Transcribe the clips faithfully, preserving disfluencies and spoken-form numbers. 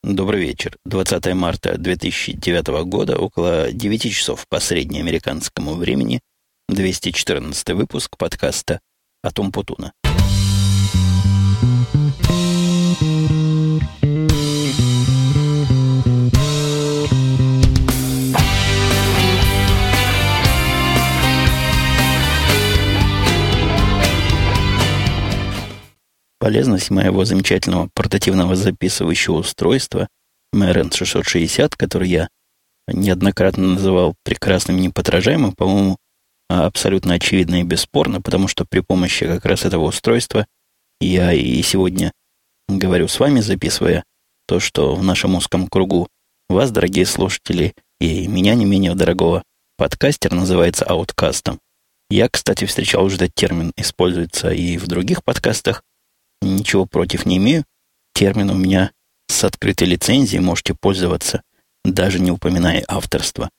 Добрый вечер. двадцатое марта две тысячи девятого года, около девяти часов по среднеамериканскому времени, двести четырнадцатый выпуск подкаста «Атом Путуна». Полезность моего замечательного портативного записывающего устройства Marantz шестьсот шестьдесят, который я неоднократно называл прекрасным и неподражаемым, по-моему, абсолютно очевидно и бесспорно, потому что при помощи как раз этого устройства я и сегодня говорю с вами, записывая то, что в нашем узком кругу вас, дорогие слушатели, и меня не менее дорогого подкастер называется ауткастом. Я, кстати, встречал уже этот термин, используется и в других подкастах. Ничего против не имею. Термин у меня с открытой лицензией, можете пользоваться, даже не упоминая авторства.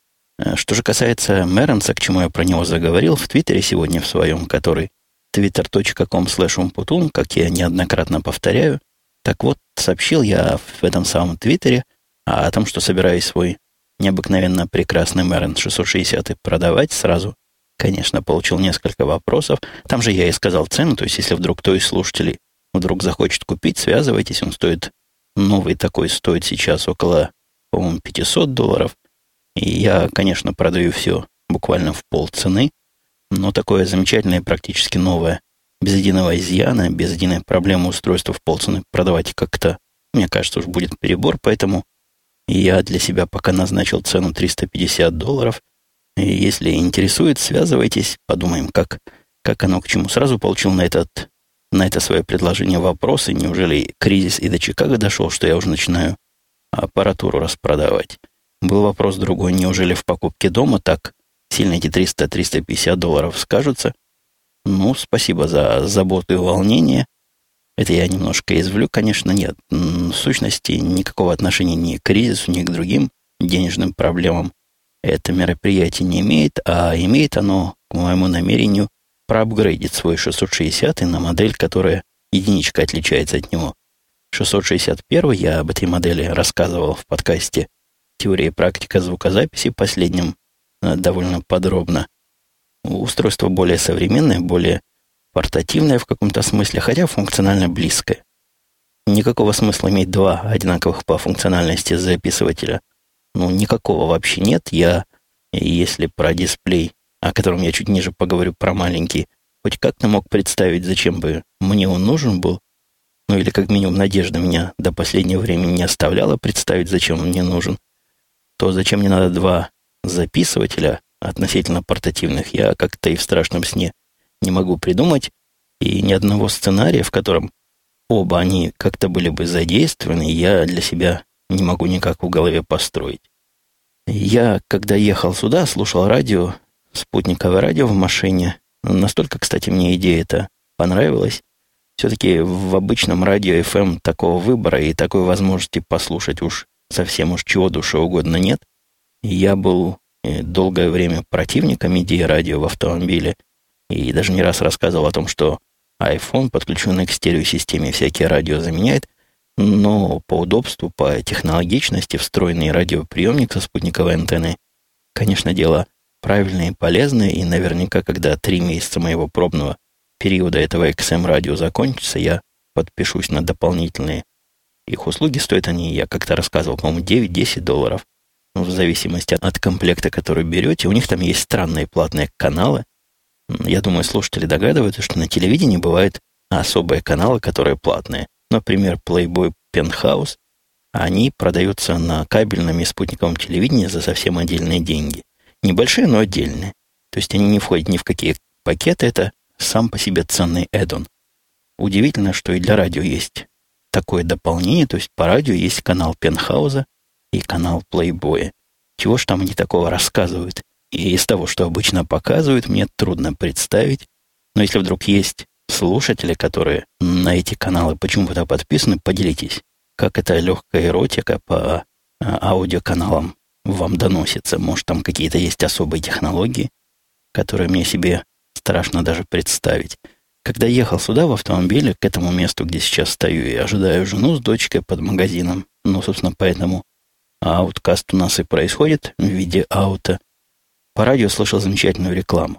Что же касается Marantz, к чему я про него заговорил в Твиттере сегодня в своем, который twitter точка com слэш умпутун, как я неоднократно повторяю. Так вот, сообщил я в этом самом Твиттере о том, что собираюсь свой необыкновенно прекрасный Marantz шестьсот шестьдесят продавать сразу. Конечно, получил несколько вопросов. Там же я и сказал цену, то есть если вдруг кто из слушателей вдруг захочет купить, связывайтесь. Он стоит, новый такой стоит сейчас около, по-моему, пятьсот долларов. И я, конечно, продаю все буквально в полцены. Но такое замечательное, практически новое, без единого изъяна, без единой проблемы устройства в полцены продавать как-то, мне кажется, уж будет перебор. Поэтому я для себя пока назначил цену триста пятьдесят долларов. И если интересует, связывайтесь, подумаем, как, как оно к чему. Сразу получил на, этот, на это свое предложение вопросы. Неужели кризис и до Чикаго дошел, что я уже начинаю аппаратуру распродавать? Был вопрос другой. Неужели в покупке дома так сильно эти триста - триста пятьдесят долларов скажутся? Ну, спасибо за заботу и волнение. Это я немножко извлю, конечно, нет. В сущности, никакого отношения ни к кризису, ни к другим денежным проблемам это мероприятие не имеет, а имеет оно, к моему намерению, проапгрейдить свой шестьсот шестьдесят на модель, которая единичка отличается от него. шестьсот шестьдесят один, я об этой модели рассказывал в подкасте «Теория и практика звукозаписи», последнем довольно подробно. Устройство более современное, более портативное в каком-то смысле, хотя функционально близкое. Никакого смысла иметь два одинаковых по функциональности записывателя. Ну, никакого вообще нет. Я, если про дисплей, о котором я чуть ниже поговорю, про маленький, хоть как-то мог представить, зачем бы мне он нужен был, ну или как минимум надежда меня до последнего времени не оставляла представить, зачем он мне нужен, то зачем мне надо два записывателя относительно портативных, я как-то и в страшном сне не могу придумать, и ни одного сценария, в котором оба они как-то были бы задействованы, я для себя не могу никак в голове построить. Я, когда ехал сюда, слушал радио, спутниковое радио в машине. Настолько, кстати, мне идея эта понравилась. Все-таки в обычном радио эф эм такого выбора и такой возможности послушать уж совсем уж чего душе угодно нет. Я был долгое время противником идеи радио в автомобиле и даже не раз рассказывал о том, что iPhone, подключенный к стереосистеме, всякие радио заменяет. Но по удобству, по технологичности встроенный радиоприемник со спутниковой антенной, конечно, дело правильное и полезное, и наверняка, когда три месяца моего пробного периода этого икс эм-радио закончится, я подпишусь на дополнительные их услуги. Стоят они, я как-то рассказывал, по-моему, девять-десять долларов, в зависимости от комплекта, который берете. У них там есть странные платные каналы. Я думаю, слушатели догадываются, что на телевидении бывают особые каналы, которые платные. Например, Playboy, Penthouse, они продаются на кабельном и спутниковом телевидении за совсем отдельные деньги. Небольшие, но отдельные. То есть они не входят ни в какие пакеты, это сам по себе ценный эддон. Удивительно, что и для радио есть такое дополнение, то есть по радио есть канал Пентхауза и канал Playboy. Чего ж там они такого рассказывают? И из того, что обычно показывают, мне трудно представить. Но если вдруг есть слушатели, которые на эти каналы почему-то подписаны, поделитесь, как эта легкая эротика по аудиоканалам вам доносится. Может, там какие-то есть особые технологии, которые мне себе страшно даже представить. Когда ехал сюда в автомобиле, к этому месту, где сейчас стою, и ожидаю жену с дочкой под магазином, Ну, собственно, поэтому ауткаст у нас и происходит в виде аута. По радио слышал замечательную рекламу.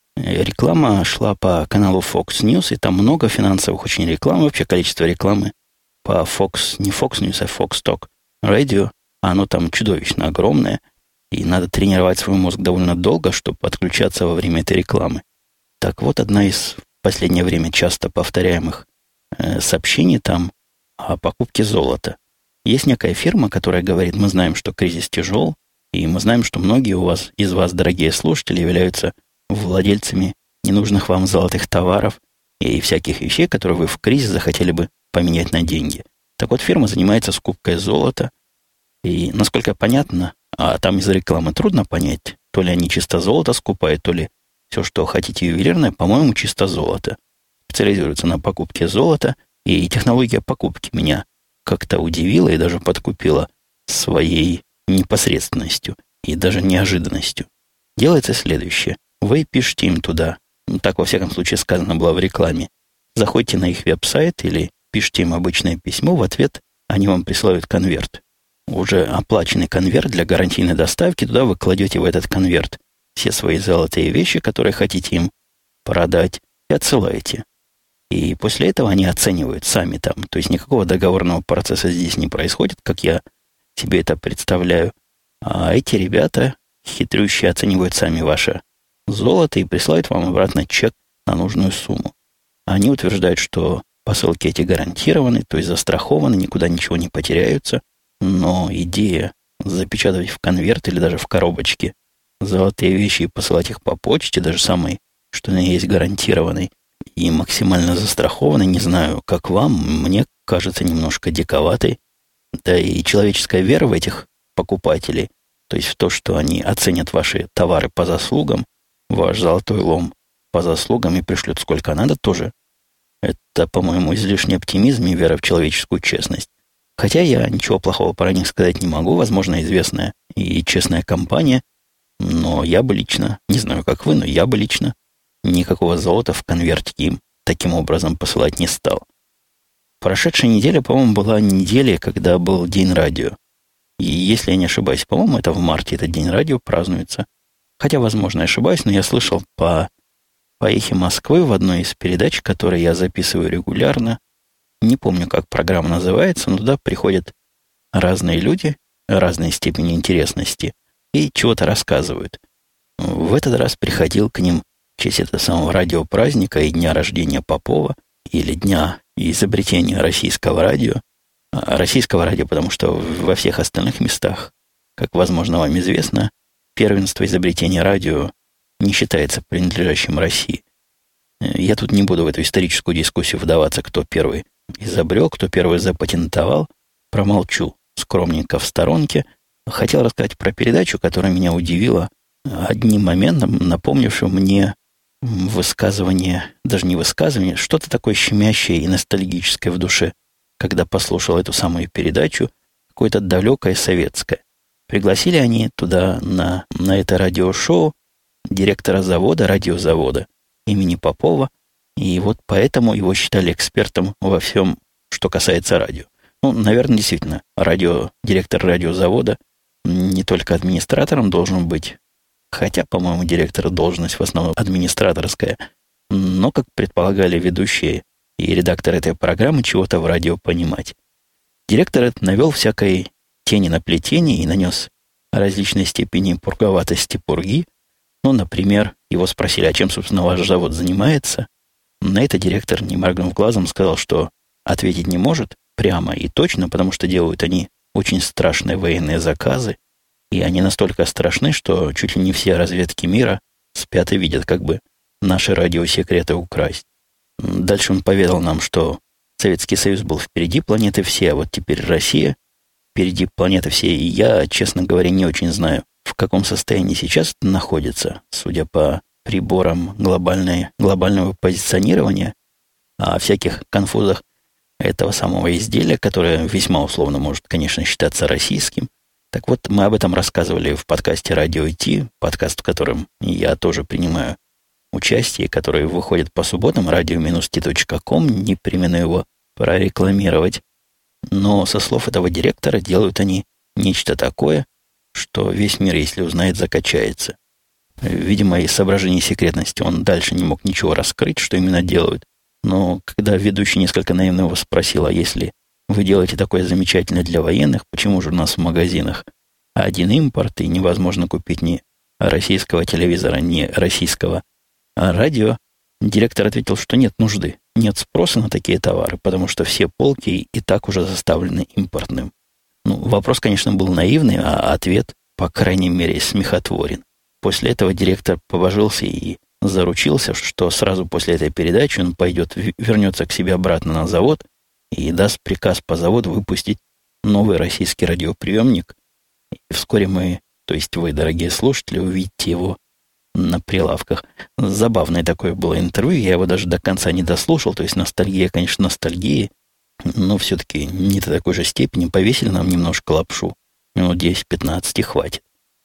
Реклама шла по каналу Fox News, и там много финансовых очень рекламы. Вообще количество рекламы по Fox, не Fox News, а Fox Talk Radio, оно там чудовищно огромное, и надо тренировать свой мозг довольно долго, чтобы подключаться во время этой рекламы. Так вот, одна из в последнее время часто повторяемых э, сообщений там о покупке золота. Есть некая фирма, которая говорит: мы знаем, что кризис тяжел, и мы знаем, что многие у вас, из вас, дорогие слушатели, являются владельцами ненужных вам золотых товаров и всяких вещей, которые вы в кризис захотели бы поменять на деньги. Так вот, фирма занимается скупкой золота, и, насколько понятно, а там из рекламы трудно понять, то ли они чисто золото скупают, то ли все, что хотите ювелирное, по-моему, чисто золото. Специализируется на покупке золота, и технология покупки меня как-то удивила и даже подкупила своей непосредственностью и даже неожиданностью. Делается следующее. Вы пишете им туда, ну, так во всяком случае сказано было в рекламе, заходите на их веб-сайт или пишите им обычное письмо, в ответ они вам присылают конверт. Уже оплаченный конверт для гарантийной доставки, туда вы кладете в этот конверт все свои золотые вещи, которые хотите им продать, и отсылаете. И после этого они оценивают сами там. То есть никакого договорного процесса здесь не происходит, как я себе это представляю. А эти ребята, хитрющие, оценивают сами ваше золото и присылают вам обратно чек на нужную сумму. Они утверждают, что посылки эти гарантированы, то есть застрахованы, никуда ничего не потеряются. Но идея запечатывать в конверт или даже в коробочке золотые вещи и посылать их по почте, даже самой, что они есть гарантированной и максимально застрахованной, не знаю, как вам, мне кажется немножко диковатой. Да и человеческая вера в этих покупателей, то есть в то, что они оценят ваши товары по заслугам, ваш золотой лом по заслугам и пришлют сколько надо, тоже. Это, по-моему, излишний оптимизм и вера в человеческую честность. Хотя я ничего плохого про них сказать не могу. Возможно, известная и честная компания. Но я бы лично, не знаю, как вы, но я бы лично никакого золота в конвертике им таким образом посылать не стал. Прошедшая неделя, по-моему, была неделя, когда был День радио. И если я не ошибаюсь, по-моему, это в марте этот День радио празднуется. Хотя, возможно, я ошибаюсь, но я слышал по, по эхе Москвы в одной из передач, которые я записываю регулярно. Не помню, как программа называется, но туда приходят разные люди, разной степени интересности, и чего-то рассказывают. В этот раз приходил к ним в честь этого самого радиопраздника и дня рождения Попова, или дня изобретения российского радио. Российского радио, потому что во всех остальных местах, как, возможно, вам известно, первенство изобретения радио не считается принадлежащим России. Я тут не буду в эту историческую дискуссию вдаваться, кто первый изобрел, кто первый запатентовал. Промолчу скромненько в сторонке. Хотел рассказать про передачу, которая меня удивила одним моментом, напомнившим мне высказывание, даже не высказывание, что-то такое щемящее и ностальгическое в душе, когда послушал эту самую передачу, какое-то далекое советское. Пригласили они туда на, на это радиошоу директора завода, радиозавода имени Попова, и вот поэтому его считали экспертом во всем, что касается радио. Ну, наверное, действительно, радио, директор радиозавода не только администратором должен быть, хотя, по-моему, директор должность в основном администраторская, но, как предполагали ведущие и редактор этой программы, чего-то в радио понимать. Директор этот навел всякой тени на плетение и нанес различной степени пурговатости пурги. Ну, например, его спросили, а чем, собственно, ваш завод занимается. На это директор, не моргнув глазом, сказал, что ответить не может прямо и точно, потому что делают они очень страшные военные заказы, и они настолько страшны, что чуть ли не все разведки мира спят и видят, как бы наши радиосекреты украсть. Дальше он поведал нам, что Советский Союз был впереди планеты все, а вот теперь Россия впереди планеты все. И я, честно говоря, не очень знаю, в каком состоянии сейчас это находится, судя по приборам глобальной, глобального позиционирования, о всяких конфузах этого самого изделия, которое весьма условно может, конечно, считаться российским. Так вот, мы об этом рассказывали в подкасте «Радио ИТ», подкаст, в котором я тоже принимаю участие, который выходит по субботам, радио ти точка ком, не премину его прорекламировать. Но со слов этого директора делают они нечто такое, что весь мир, если узнает, закачается. Видимо, из соображений секретности он дальше не мог ничего раскрыть, что именно делают. Но когда ведущий несколько наивно его спросил, а если вы делаете такое замечательное для военных, почему же у нас в магазинах один импорт и невозможно купить ни российского телевизора, ни российского радио, директор ответил, что нет нужды, нет спроса на такие товары, потому что все полки и так уже заставлены импортным. Ну, вопрос, конечно, был наивный, а ответ, по крайней мере, смехотворен. После этого директор побожился и заручился, что сразу после этой передачи он пойдет, вернется к себе обратно на завод и даст приказ по заводу выпустить новый российский радиоприемник. И вскоре мы, то есть вы, дорогие слушатели, увидите его на прилавках. Забавное такое было интервью, я его даже до конца не дослушал, то есть ностальгия, конечно, ностальгия, но все-таки не до такой же степени. Повесили нам немножко лапшу, минут десять-пятнадцать и хватит.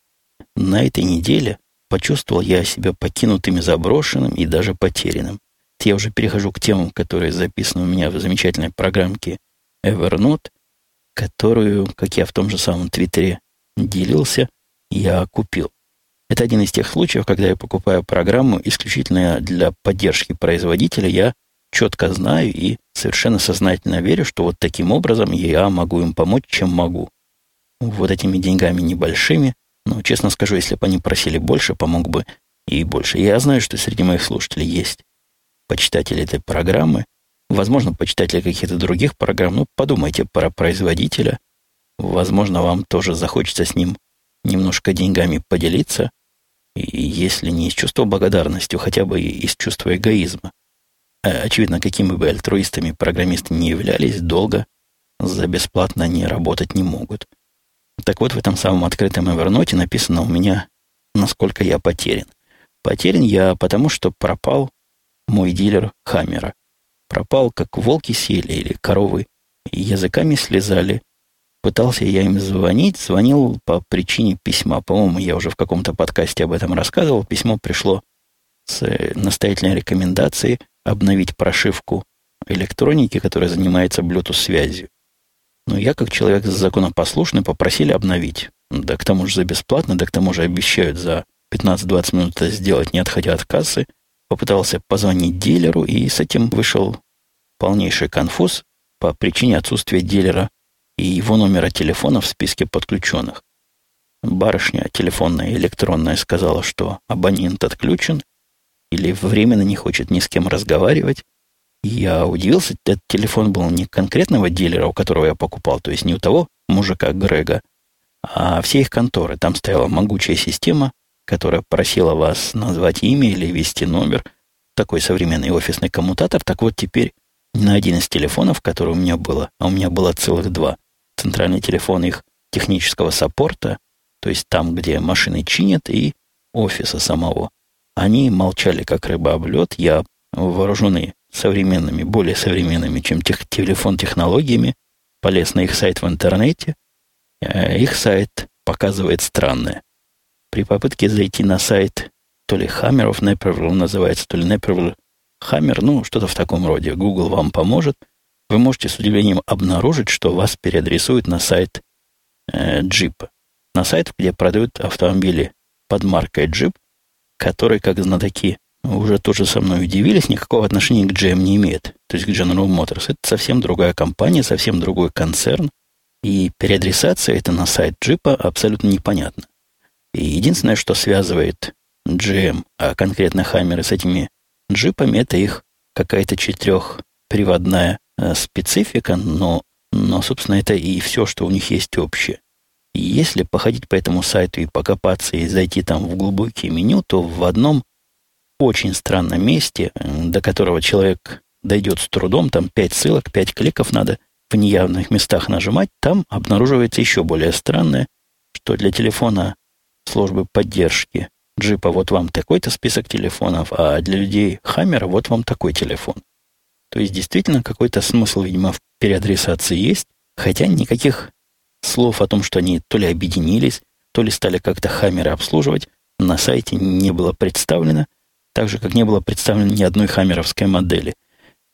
На этой неделе почувствовал я себя покинутым и заброшенным, и даже потерянным. Я уже перехожу к темам, которые записаны у меня в замечательной программке Evernote, которую, как я в том же самом Твиттере делился, я купил. Это один из тех случаев, когда я покупаю программу исключительно для поддержки производителя. Я четко знаю и совершенно сознательно верю, что вот таким образом я могу им помочь, чем могу. Вот этими деньгами небольшими. Но, честно скажу, если бы они просили больше, помог бы и больше. Я знаю, что среди моих слушателей есть почитатели этой программы, возможно, почитатели каких-то других программ. Ну, подумайте про производителя. Возможно, вам тоже захочется с ним немножко деньгами поделиться. И если не из чувства благодарности, хотя бы и из чувства эгоизма. Очевидно, какими бы альтруистами программисты не являлись, долго за бесплатно они работать не могут. Так вот, в этом самом открытом Evernote написано у меня, насколько я потерян. Потерян я потому, что пропал мой дилер Хаммера. Пропал, как волки съели или коровы языками слезали. Пытался я им звонить, звонил по причине письма. По-моему, я уже в каком-то подкасте об этом рассказывал. Письмо пришло с настоятельной рекомендацией обновить прошивку электроники, которая занимается Bluetooth-связью. Но я, как человек законопослушный, попросили обновить. Да к тому же за бесплатно, да к тому же обещают за пятнадцать-двадцать минут это сделать, не отходя от кассы. Попытался позвонить дилеру, и с этим вышел полнейший конфуз по причине отсутствия дилера и его номера телефона в списке подключенных. Барышня телефонная электронная сказала, что абонент отключен или временно не хочет ни с кем разговаривать. Я удивился, этот телефон был не конкретного дилера, у которого я покупал, то есть не у того мужика Грега, а все их конторы. Там стояла могучая система, которая просила вас назвать имя или ввести номер. Такой современный офисный коммутатор. Так вот, теперь на один из телефонов, который у меня было, а у меня было целых два, центральный телефон их технического саппорта, то есть там, где машины чинят, и офиса самого. Они молчали, как рыба об лед. Я, вооруженный современными, более современными, чем тех, телефон технологиями, полез на их сайт в интернете. Их сайт показывает странное. При попытке зайти на сайт то ли Hammer of Naperville называется, то ли Naperville Hammer, ну, что-то в таком роде, Google вам поможет, вы можете с удивлением обнаружить, что вас переадресуют на сайт э, Jeep. На сайт, где продают автомобили под маркой Jeep, который, как знатоки, уже тоже со мной удивились, никакого отношения к джи эм не имеет. То есть к General Motors. Это совсем другая компания, совсем другой концерн. И переадресация это на сайт джипа абсолютно непонятно. И единственное, что связывает джи эм, а конкретно Хаммеры с этими джипами, это их какая-то четырехприводная э, специфика, но, но, собственно, это и все, что у них есть общее. И если походить по этому сайту и покопаться, и зайти там в глубокие меню, то в одном очень странном месте, до которого человек дойдет с трудом, там пять ссылок, пять кликов надо в неявных местах нажимать, там обнаруживается еще более странное, что для телефона службы поддержки джипа вот вам такой-то список телефонов, а для людей Хаммера вот вам такой телефон. То есть действительно какой-то смысл, видимо, в переадресации есть, хотя никаких слов о том, что они то ли объединились, то ли стали как-то Хаммеры обслуживать, на сайте не было представлено, так же, как не было представлено ни одной хаммеровской модели.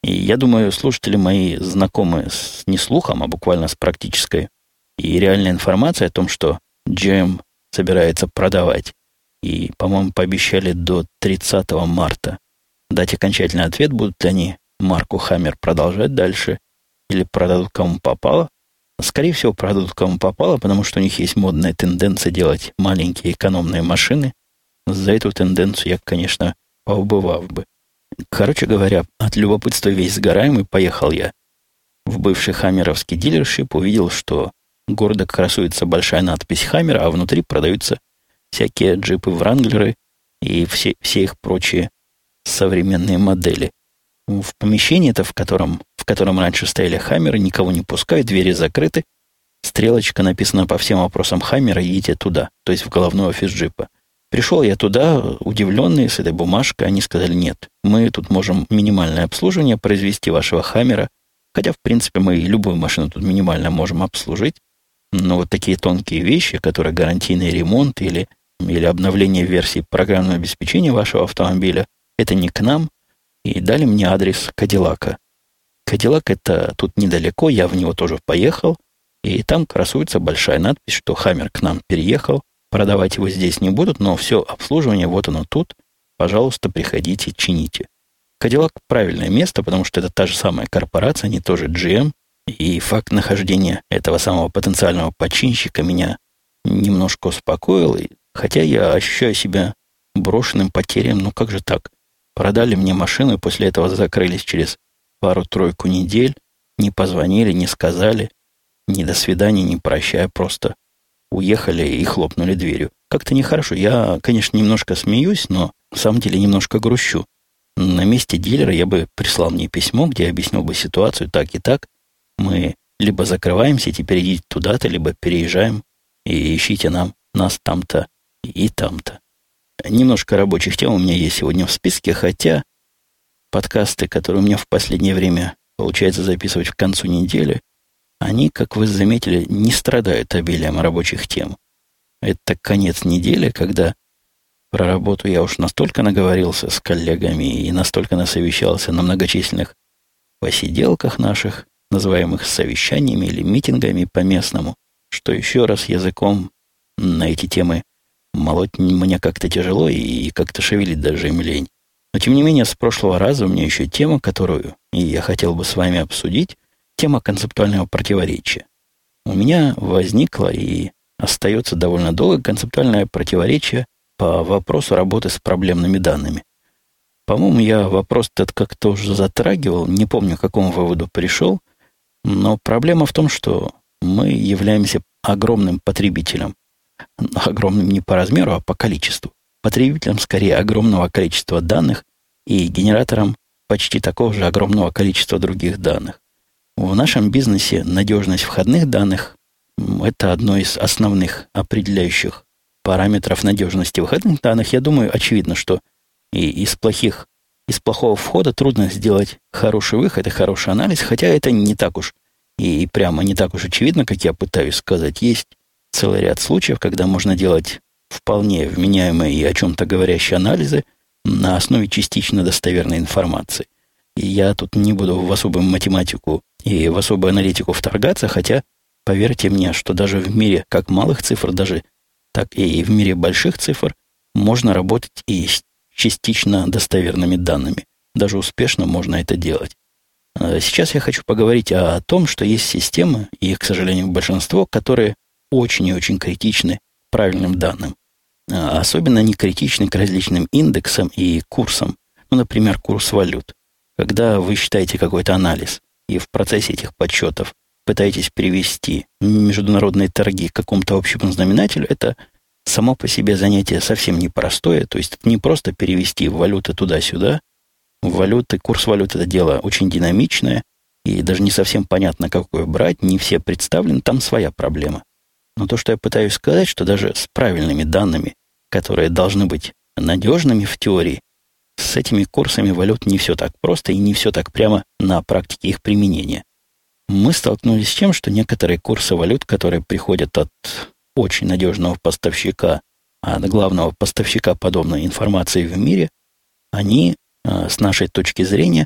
И я думаю, слушатели мои знакомы с, не слухом, а буквально с практической и реальной информацией о том, что джи эм собирается продавать. И, по-моему, пообещали до тридцатого марта дать окончательный ответ, будут ли они марку Хаммер продолжать дальше или продадут кому попало. Скорее всего, продадут кому попало, потому что у них есть модная тенденция делать маленькие экономные машины. За эту тенденцию я, конечно, поубывав бы. Короче говоря, от любопытства весь сгораемый поехал я в бывший хаммеровский дилершип, увидел, что гордо красуется большая надпись «Хаммер», а внутри продаются всякие джипы, вранглеры и все, все их прочие современные модели. В помещении-то, в котором, в котором раньше стояли «Хаммеры», никого не пускают, двери закрыты, стрелочка написана по всем вопросам «Хаммера», идите туда, то есть в головной офис джипа. Пришел я туда, удивленный, с этой бумажкой. Они сказали, нет, мы тут можем минимальное обслуживание произвести вашего Хаммера. Хотя, в принципе, мы любую машину тут минимально можем обслужить. Но вот такие тонкие вещи, которые гарантийный ремонт или, или обновление версии программного обеспечения вашего автомобиля, это не к нам. И дали мне адрес Кадиллака. Кадиллак это тут недалеко, я в него тоже поехал. И там красуется большая надпись, что Хаммер к нам переехал. Продавать его здесь не будут, но все обслуживание, вот оно тут. Пожалуйста, приходите, чините. Кадиллак – правильное место, потому что это та же самая корпорация, они тоже джи эм. И факт нахождения этого самого потенциального починщика меня немножко успокоил. Хотя я ощущаю себя брошенным, потерям. Ну как же так? Продали мне машину, и после этого закрылись через пару-тройку недель. Не позвонили, не сказали. Ни до свидания, ни прощая, просто уехали и хлопнули дверью. Как-то нехорошо. Я, конечно, немножко смеюсь, но на самом деле немножко грущу. На месте дилера я бы прислал мне письмо, где я объяснил бы ситуацию так и так. Мы либо закрываемся, теперь идите туда-то, либо переезжаем и ищите нам, нас там-то и там-то. Немножко рабочих тем у меня есть сегодня в списке, хотя подкасты, которые у меня в последнее время получается записывать в концу недели, они, как вы заметили, не страдают обилием рабочих тем. Это конец недели, когда про работу я уж настолько наговорился с коллегами и настолько насовещался на многочисленных посиделках наших, называемых совещаниями или митингами по-местному, что еще раз языком на эти темы молоть мне как-то тяжело и как-то шевелить даже им лень. Но, тем не менее, с прошлого раза у меня еще тема, которую и я хотел бы с вами обсудить, тема концептуального противоречия. У меня возникло и остается довольно долго концептуальное противоречие по вопросу работы с проблемными данными. По-моему, я вопрос этот как-то уже затрагивал, не помню, к какому выводу пришел, но проблема в том, что мы являемся огромным потребителем. Огромным не по размеру, а по количеству. Потребителем, скорее, огромного количества данных и генератором почти такого же огромного количества других данных. В нашем бизнесе надежность входных данных – это одно из основных определяющих параметров надежности выходных данных. Я думаю, очевидно, что и из плохих, из плохого входа трудно сделать хороший выход и хороший анализ, хотя это не так уж и прямо не так уж очевидно, как я пытаюсь сказать. Есть целый ряд случаев, когда можно делать вполне вменяемые и о чем-то говорящие анализы на основе частично достоверной информации. И я тут не буду в особую математику и в особую аналитику вторгаться, хотя, поверьте мне, что даже в мире как малых цифр, даже так и в мире больших цифр можно работать и с частично достоверными данными. Даже успешно можно это делать. Сейчас я хочу поговорить о том, что есть системы, и, к сожалению, большинство, которые очень и очень критичны к правильным данным. Особенно они критичны к различным индексам и курсам. Ну, например, курс валют. Когда вы считаете какой-то анализ, и в процессе этих подсчетов пытаетесь перевести международные торги к какому-то общему знаменателю, это само по себе занятие совсем непростое. То есть это не просто перевести валюты туда-сюда. Валюты, курс валют – это дело очень динамичное, и даже не совсем понятно, какой брать, не все представлены, там своя проблема. Но то, что я пытаюсь сказать, что даже с правильными данными, которые должны быть надежными в теории, с этими курсами валют не все так просто и не все так прямо на практике их применения. Мы столкнулись с тем, что некоторые курсы валют, которые приходят от очень надежного поставщика, от главного поставщика подобной информации в мире, они, с нашей точки зрения,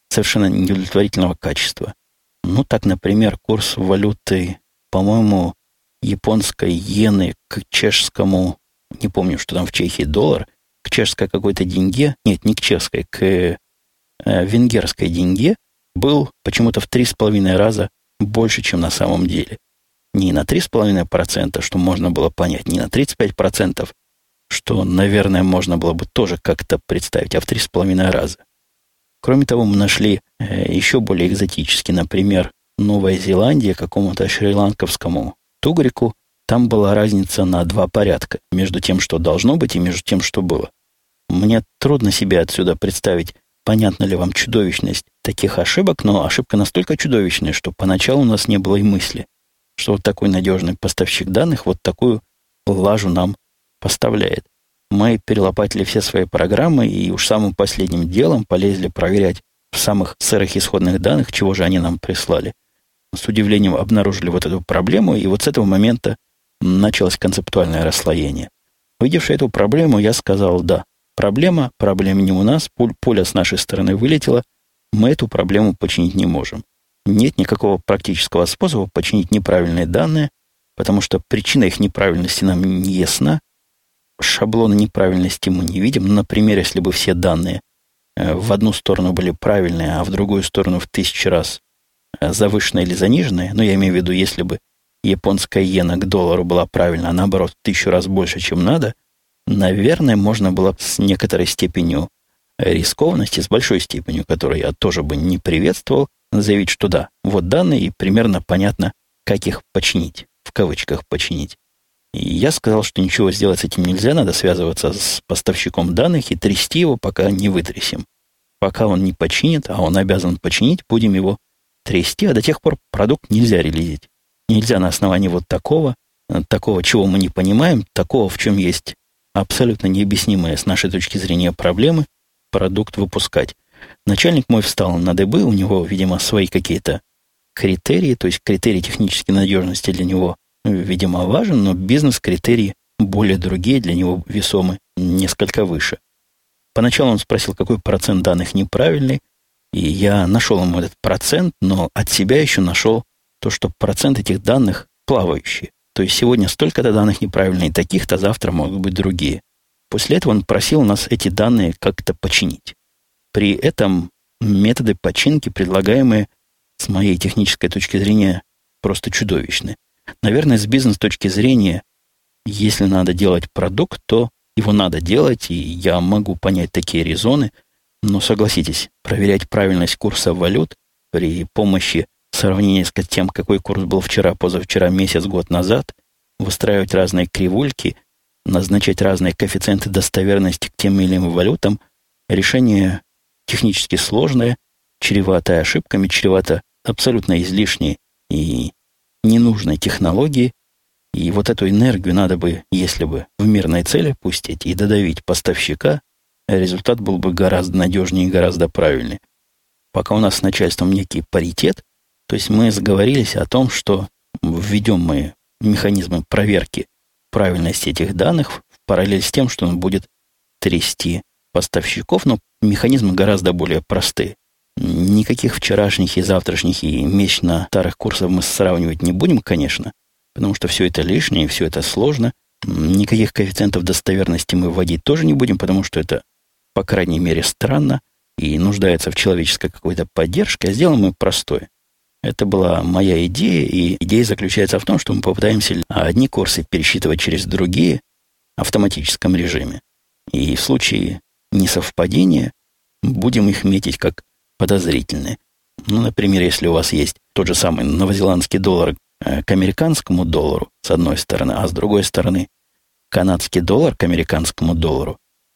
совершенно неудовлетворительного качества. Ну, так, например, курс валюты, по-моему, японской иены к чешскому, не помню, что там в Чехии доллар, к чешской какой-то деньге, нет, не к чешской, к э, венгерской деньге был почему-то в три с половиной раза больше, чем на самом деле. Не на три с половиной процента, что можно было понять, не на тридцать пять процентов, что, наверное, можно было бы тоже как-то представить, а в три с половиной раза. Кроме того, мы нашли э, еще более экзотический, например, Новая Зеландия, какому-то шри-ланковскому тугрику. Там была разница на два порядка между тем, что должно быть, и между тем, что было. Мне трудно себе отсюда представить, понятна ли вам чудовищность таких ошибок, но ошибка настолько чудовищная, что поначалу у нас не было и мысли, что вот такой надежный поставщик данных вот такую лажу нам поставляет. Мы перелопатили все свои программы и уж самым последним делом полезли проверять в самых сырых исходных данных, чего же они нам прислали. С удивлением обнаружили вот эту проблему, и вот с этого момента началось концептуальное расслоение. Увидевши эту проблему, я сказал, да, проблема, проблема не у нас, пуль, пуля с нашей стороны вылетела, мы эту проблему починить не можем. Нет никакого практического способа починить неправильные данные, потому что причина их неправильности нам не ясна, шаблона неправильности мы не видим. Например, если бы все данные в одну сторону были правильные, а в другую сторону в тысячу раз завышенные или заниженные, но я имею в виду, если бы японская иена к доллару была правильна, а наоборот, в тысячу раз больше, чем надо, наверное, можно было с некоторой степенью рискованности, с большой степенью, которую я тоже бы не приветствовал, заявить, что да, вот данные, и примерно понятно, как их починить, в кавычках починить. И я сказал, что ничего сделать с этим нельзя, надо связываться с поставщиком данных и трясти его, пока не вытрясем. Пока он не починит, а он обязан починить, будем его трясти, а до тех пор продукт нельзя релизить. Нельзя на основании вот такого, такого, чего мы не понимаем, такого, в чем есть абсолютно необъяснимые с нашей точки зрения проблемы, продукт выпускать. Начальник мой встал на дыбы, у него, видимо, свои какие-то критерии, то есть критерий технической надежности для него, видимо, важен, но бизнес-критерии более другие, для него весомы, несколько выше. Поначалу он спросил, какой процент данных неправильный, и я нашел ему этот процент, но от себя еще нашел то, что процент этих данных плавающий. То есть сегодня столько-то данных неправильные, таких-то, завтра могут быть другие. После этого он просил нас эти данные как-то починить. При этом методы починки, предлагаемые с моей технической точки зрения, просто чудовищны. Наверное, с бизнес-точки зрения, если надо делать продукт, то его надо делать, и я могу понять такие резоны, но согласитесь, проверять правильность курса валют при помощи сравнения с тем, какой курс был вчера, позавчера, месяц, год назад, выстраивать разные кривульки, назначать разные коэффициенты достоверности к тем или иным валютам, решение технически сложное, чреватое ошибками, чревато абсолютно излишней и ненужной технологии. И вот эту энергию надо бы, если бы в мирной цели пустить и додавить поставщика, результат был бы гораздо надежнее и гораздо правильнее. Пока у нас с начальством некий паритет, то есть мы сговорились о том, что введем мы механизмы проверки правильности этих данных в параллель с тем, что он будет трясти поставщиков, но механизмы гораздо более простые. Никаких вчерашних и завтрашних и месячно старых курсов мы сравнивать не будем, конечно, потому что все это лишнее, все это сложно. Никаких коэффициентов достоверности мы вводить тоже не будем, потому что это, по крайней мере, странно и нуждается в человеческой какой-то поддержке, а сделаем мы простое. Это была моя идея, и идея заключается в том, что мы попытаемся одни курсы пересчитывать через другие в автоматическом режиме. И в случае несовпадения будем их метить как подозрительные. Ну, например, если у вас есть тот же самый новозеландский доллар к американскому доллару, с одной стороны, а с другой стороны канадский доллар к американскому доллару,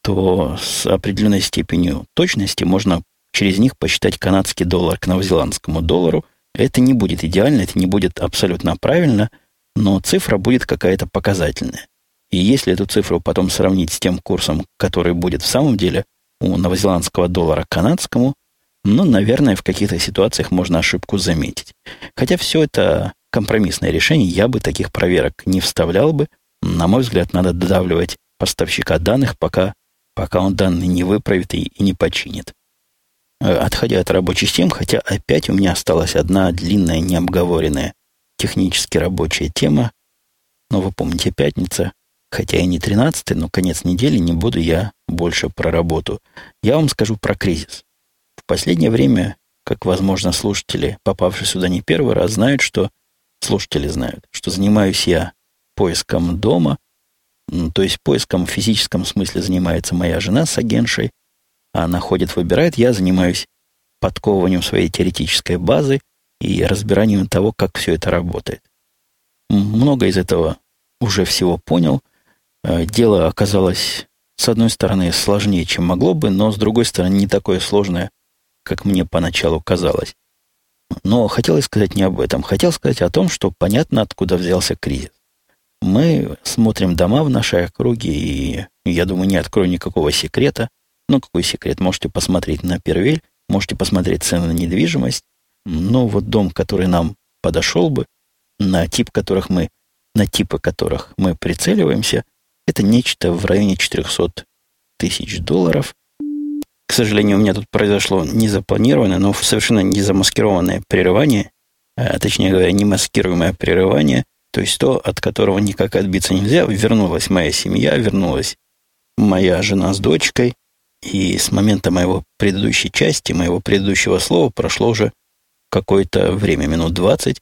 то с определенной степенью точности можно через них посчитать канадский доллар к новозеландскому доллару. Это не будет идеально, это не будет абсолютно правильно, но цифра будет какая-то показательная. И если эту цифру потом сравнить с тем курсом, который будет в самом деле у новозеландского доллара к канадскому, ну, наверное, в каких-то ситуациях можно ошибку заметить. Хотя все это компромиссное решение, я бы таких проверок не вставлял бы. На мой взгляд, надо додавливать поставщика данных, пока, пока он данные не выправит и, и не починит. отходя от рабочих тем, хотя опять у меня осталась одна длинная, необговоренная технически рабочая тема. Но вы помните, пятница, хотя и не тринадцатый, но конец недели, не буду я больше про работу. Я вам скажу про кризис. В последнее время, как, возможно, слушатели, попавшие сюда не первый раз, знают, что слушатели знают, что занимаюсь я поиском дома, то есть поиском в физическом смысле занимается моя жена с агентшей, она ходит, выбирает, я занимаюсь подковыванием своей теоретической базы и разбиранием того, как все это работает. Много из этого уже всего понял. Дело оказалось, с одной стороны, сложнее, чем могло бы, но, с другой стороны, не такое сложное, как мне поначалу казалось. Но хотел сказать не об этом. Хотел сказать о том, что понятно, откуда взялся кризис. Мы смотрим дома в нашей округе, и, я думаю, не открою никакого секрета. Ну, какой секрет? Можете посмотреть на Первель, можете посмотреть цены на недвижимость. Но вот дом, который нам подошел бы, на тип которых мы, на типы которых мы прицеливаемся, это нечто в районе четыреста тысяч долларов. К сожалению, у меня тут произошло незапланированное, но совершенно незамаскированное прерывание, а, точнее говоря, немаскируемое прерывание, то есть то, от которого никак отбиться нельзя. Вернулась моя семья, вернулась моя жена с дочкой, и с момента моего предыдущей части, моего предыдущего слова прошло уже какое-то время, минут двадцать.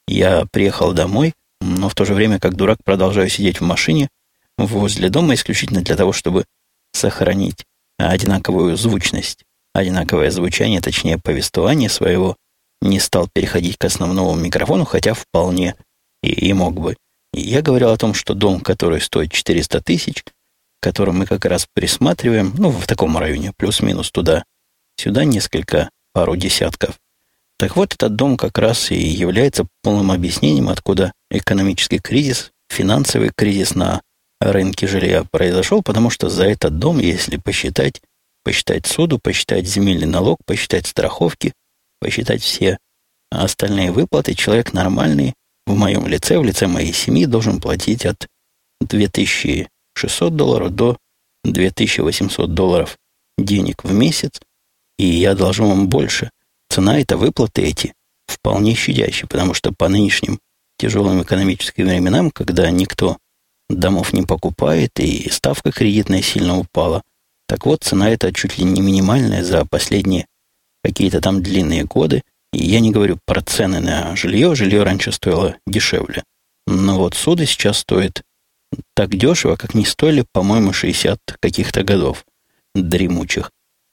Я приехал домой, но в то же время, как дурак, продолжаю сидеть в машине возле дома исключительно для того, чтобы сохранить одинаковую звучность, одинаковое звучание, точнее, повествование своего. Не стал переходить к основному микрофону, хотя вполне и, и мог бы. И я говорил о том, что дом, который стоит четыреста тысяч, который мы как раз присматриваем, ну, в таком районе, плюс-минус туда, сюда несколько, пару десятков. Так вот, этот дом как раз и является полным объяснением, откуда экономический кризис, финансовый кризис на рынке жилья произошел, потому что за этот дом, если посчитать, посчитать суду, посчитать земельный налог, посчитать страховки, посчитать все остальные выплаты, человек нормальный в моем лице, в лице моей семьи должен платить от две тысячи шестьсот долларов до две тысячи восемьсот долларов денег в месяц, и я должен вам больше. Цена это выплаты эти вполне щадящие, потому что по нынешним тяжелым экономическим временам, когда никто домов не покупает и ставка кредитная сильно упала, так вот, цена эта чуть ли не минимальная за последние какие-то там длинные годы. И я не говорю про цены на жилье, жилье раньше стоило дешевле. Но вот суды сейчас стоят так дешево, как не стоили, по-моему, шестьдесят каких-то годов дремучих.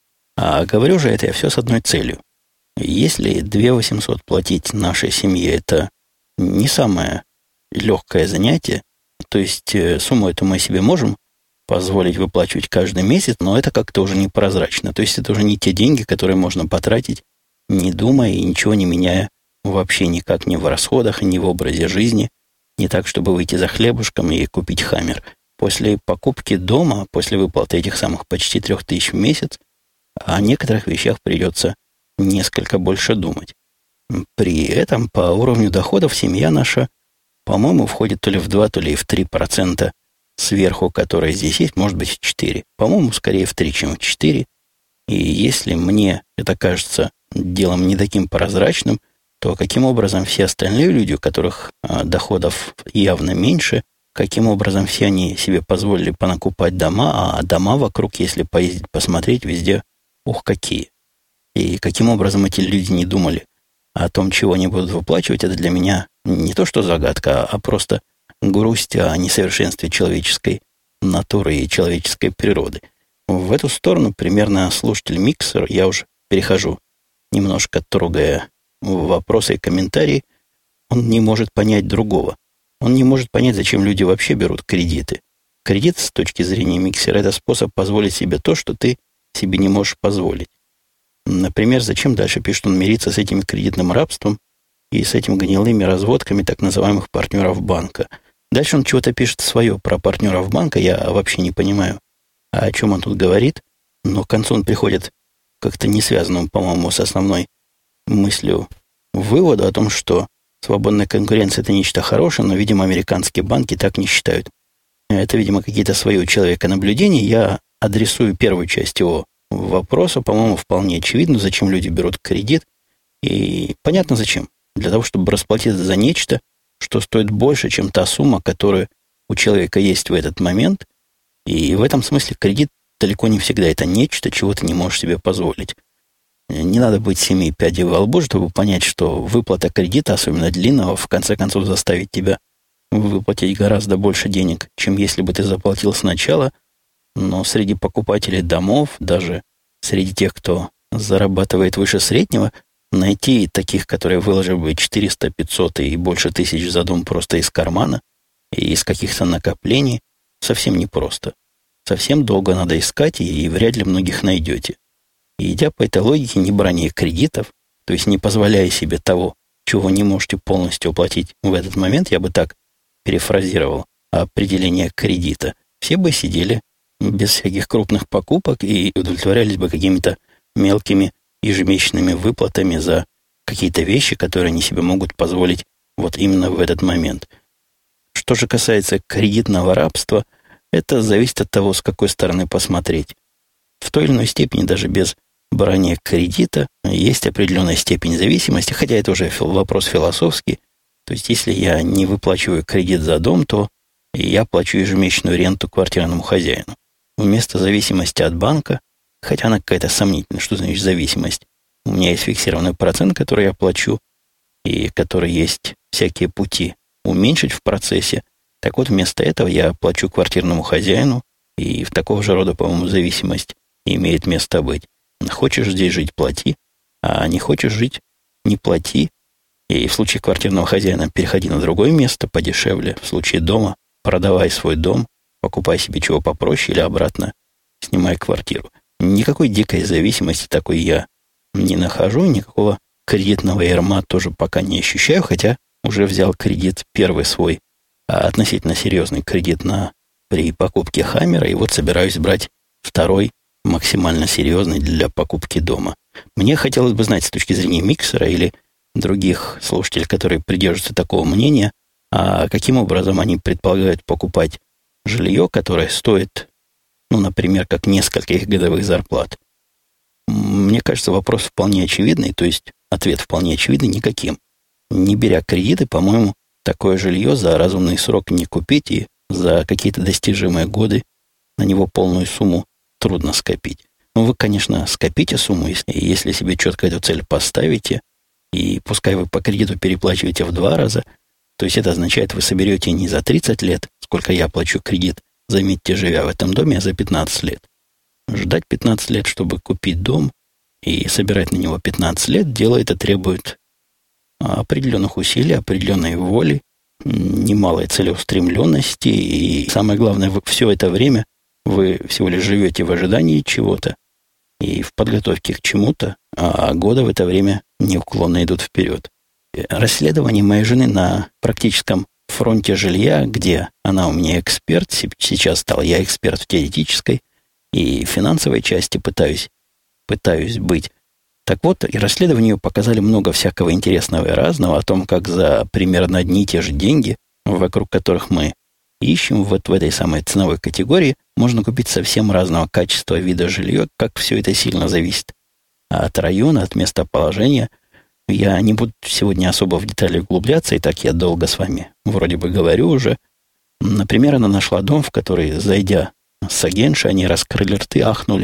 А говорю же это я все с одной целью. Если две тысячи восемьсот платить нашей семье, это не самое легкое занятие, то есть сумму эту мы себе можем позволить выплачивать каждый месяц, но это как-то уже непрозрачно. То есть это уже не те деньги, которые можно потратить, не думая и ничего не меняя вообще никак ни в расходах, ни в образе жизни, не так, чтобы выйти за хлебушком и купить хаммер. После покупки дома, после выплаты этих самых почти трех тысяч в месяц, о некоторых вещах придется несколько больше думать. При этом по уровню доходов семья наша, по-моему, входит то ли в два, то ли в три процента сверху, которая здесь есть, может быть, в четыре. По-моему, скорее в три, чем в четыре. И если мне это кажется делом не таким прозрачным, то каким образом все остальные люди, у которых а, доходов явно меньше, каким образом все они себе позволили понакупать дома, а дома вокруг, если поездить, посмотреть, везде, ух, какие. И каким образом эти люди не думали о том, чего они будут выплачивать, это для меня не то что загадка, а просто грусть о несовершенстве человеческой натуры и человеческой природы. В эту сторону примерно слушатель Миксер, я уже перехожу, немножко трогая вопросы и комментарии, он не может понять другого. Он не может понять, зачем люди вообще берут кредиты. Кредит, с точки зрения Миксера, это способ позволить себе то, что ты себе не можешь позволить. Например, зачем дальше пишет он мириться с этим кредитным рабством и с этими гнилыми разводками так называемых партнеров банка. Дальше он чего-то пишет свое про партнеров банка, я вообще не понимаю, о чем он тут говорит, но к концу он приходит как-то не связанным, по-моему, с основной мыслью вывода о том, что свободная конкуренция – это нечто хорошее, но, видимо, американские банки так не считают. Это, видимо, какие-то свои у человека наблюдения. Я адресую первую часть его вопроса, по-моему, вполне очевидно, зачем люди берут кредит. И понятно зачем. Для того, чтобы расплатиться за нечто, что стоит больше, чем та сумма, которая у человека есть в этот момент. И в этом смысле кредит далеко не всегда это нечто, чего ты не можешь себе позволить. Не надо быть семи пядей во лбу, чтобы понять, что выплата кредита, особенно длинного, в конце концов заставит тебя выплатить гораздо больше денег, чем если бы ты заплатил сначала. Но среди покупателей домов, даже среди тех, кто зарабатывает выше среднего, найти таких, которые выложили бы четыреста, пятьсот и больше тысяч за дом просто из кармана и из каких-то накоплений, совсем непросто. Совсем долго надо искать, и вряд ли многих найдете. И идя по этой логике, не брания кредитов, то есть не позволяя себе того, чего вы не можете полностью оплатить в этот момент, я бы так перефразировал определение кредита, все бы сидели без всяких крупных покупок и удовлетворялись бы какими-то мелкими ежемесячными выплатами за какие-то вещи, которые они себе могут позволить вот именно в этот момент. Что же касается кредитного рабства, это зависит от того, с какой стороны посмотреть. В той или иной степени, даже без брания кредита, есть определенная степень зависимости, хотя это уже вопрос философский. То есть, если я не выплачиваю кредит за дом, то я плачу ежемесячную ренту квартирному хозяину. Вместо зависимости от банка, хотя она какая-то сомнительная, что значит зависимость. У меня есть фиксированный процент, который я плачу, и который есть всякие пути уменьшить в процессе. Так вот, вместо этого я плачу квартирному хозяину, и в такого же рода, по-моему, зависимость имеет место быть. Хочешь здесь жить – плати, а не хочешь жить – не плати. И в случае квартирного хозяина переходи на другое место подешевле. В случае дома продавай свой дом, покупай себе чего попроще или обратно снимай квартиру. Никакой дикой зависимости такой я не нахожу, никакого кредитного ярма тоже пока не ощущаю, хотя уже взял кредит, первый свой, а относительно серьезный кредит на, при покупке Хаммера, и вот собираюсь брать второй, максимально серьезный для покупки дома. Мне хотелось бы знать с точки зрения миксера или других слушателей, которые придерживаются такого мнения, а каким образом они предполагают покупать жилье, которое стоит, ну, например, как несколько их годовых зарплат. Мне кажется, вопрос вполне очевидный, то есть ответ вполне очевидный, никаким. Не беря кредиты, по-моему, такое жилье за разумный срок не купить, и за какие-то достижимые годы на него полную сумму трудно скопить. Ну, вы, конечно, скопите сумму, если, если себе четко эту цель поставите, и пускай вы по кредиту переплачиваете в два раза, то есть это означает, вы соберете не за тридцать лет, сколько я плачу кредит, заметьте, живя в этом доме, а за пятнадцать лет. Ждать пятнадцать лет, чтобы купить дом, и собирать на него пятнадцать лет, дело это требует определенных усилий, определенной воли, немалой целеустремленности, и самое главное, вы все это время вы всего лишь живете в ожидании чего-то и в подготовке к чему-то, а годы в это время неуклонно идут вперед. Расследование моей жены на практическом фронте жилья, где она у меня эксперт, сейчас стал я эксперт в теоретической и финансовой части пытаюсь, пытаюсь быть. Так вот, и расследования показали много всякого интересного и разного о том, как за примерно одни и те же деньги, вокруг которых мы ищем вот в этой самой ценовой категории, можно купить совсем разного качества вида жилья, как все это сильно зависит от района, от местоположения. Я не буду сегодня особо в детали углубляться, и так я долго с вами вроде бы говорю уже. Например, она нашла дом, в который, зайдя с агентшей, они раскрыли рты, ахнули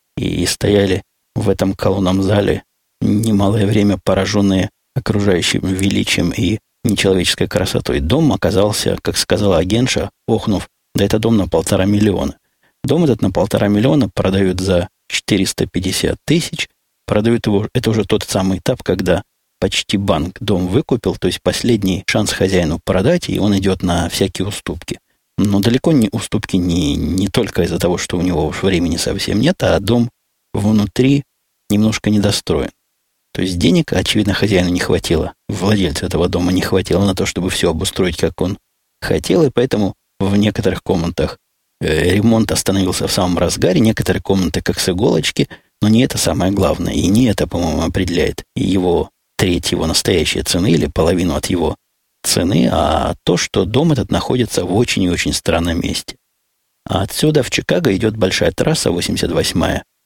и стояли в этом колонном зале немалое время, пораженные окружающим величием и нечеловеческой красотой. Дом оказался, как сказала агентша, охнув, да это дом на полтора миллиона. Дом этот на полтора миллиона продают за четыреста пятьдесят тысяч. Продают его, это уже тот самый этап, когда почти банк дом выкупил, то есть последний шанс хозяину продать, и он идет на всякие уступки. Но далеко не уступки не, не только из-за того, что у него уж времени совсем нет, а дом внутри немножко недостроен. То есть денег, очевидно, хозяину не хватило, владельцу этого дома не хватило на то, чтобы все обустроить, как он хотел, и поэтому в некоторых комнатах э, ремонт остановился в самом разгаре, некоторые комнаты как с иголочки, но не это самое главное, и не это, по-моему, определяет его треть его настоящей цены или половину от его цены, а то, что дом этот находится в очень и очень странном месте. А отсюда в Чикаго идет большая трасса восемьдесят восьмая,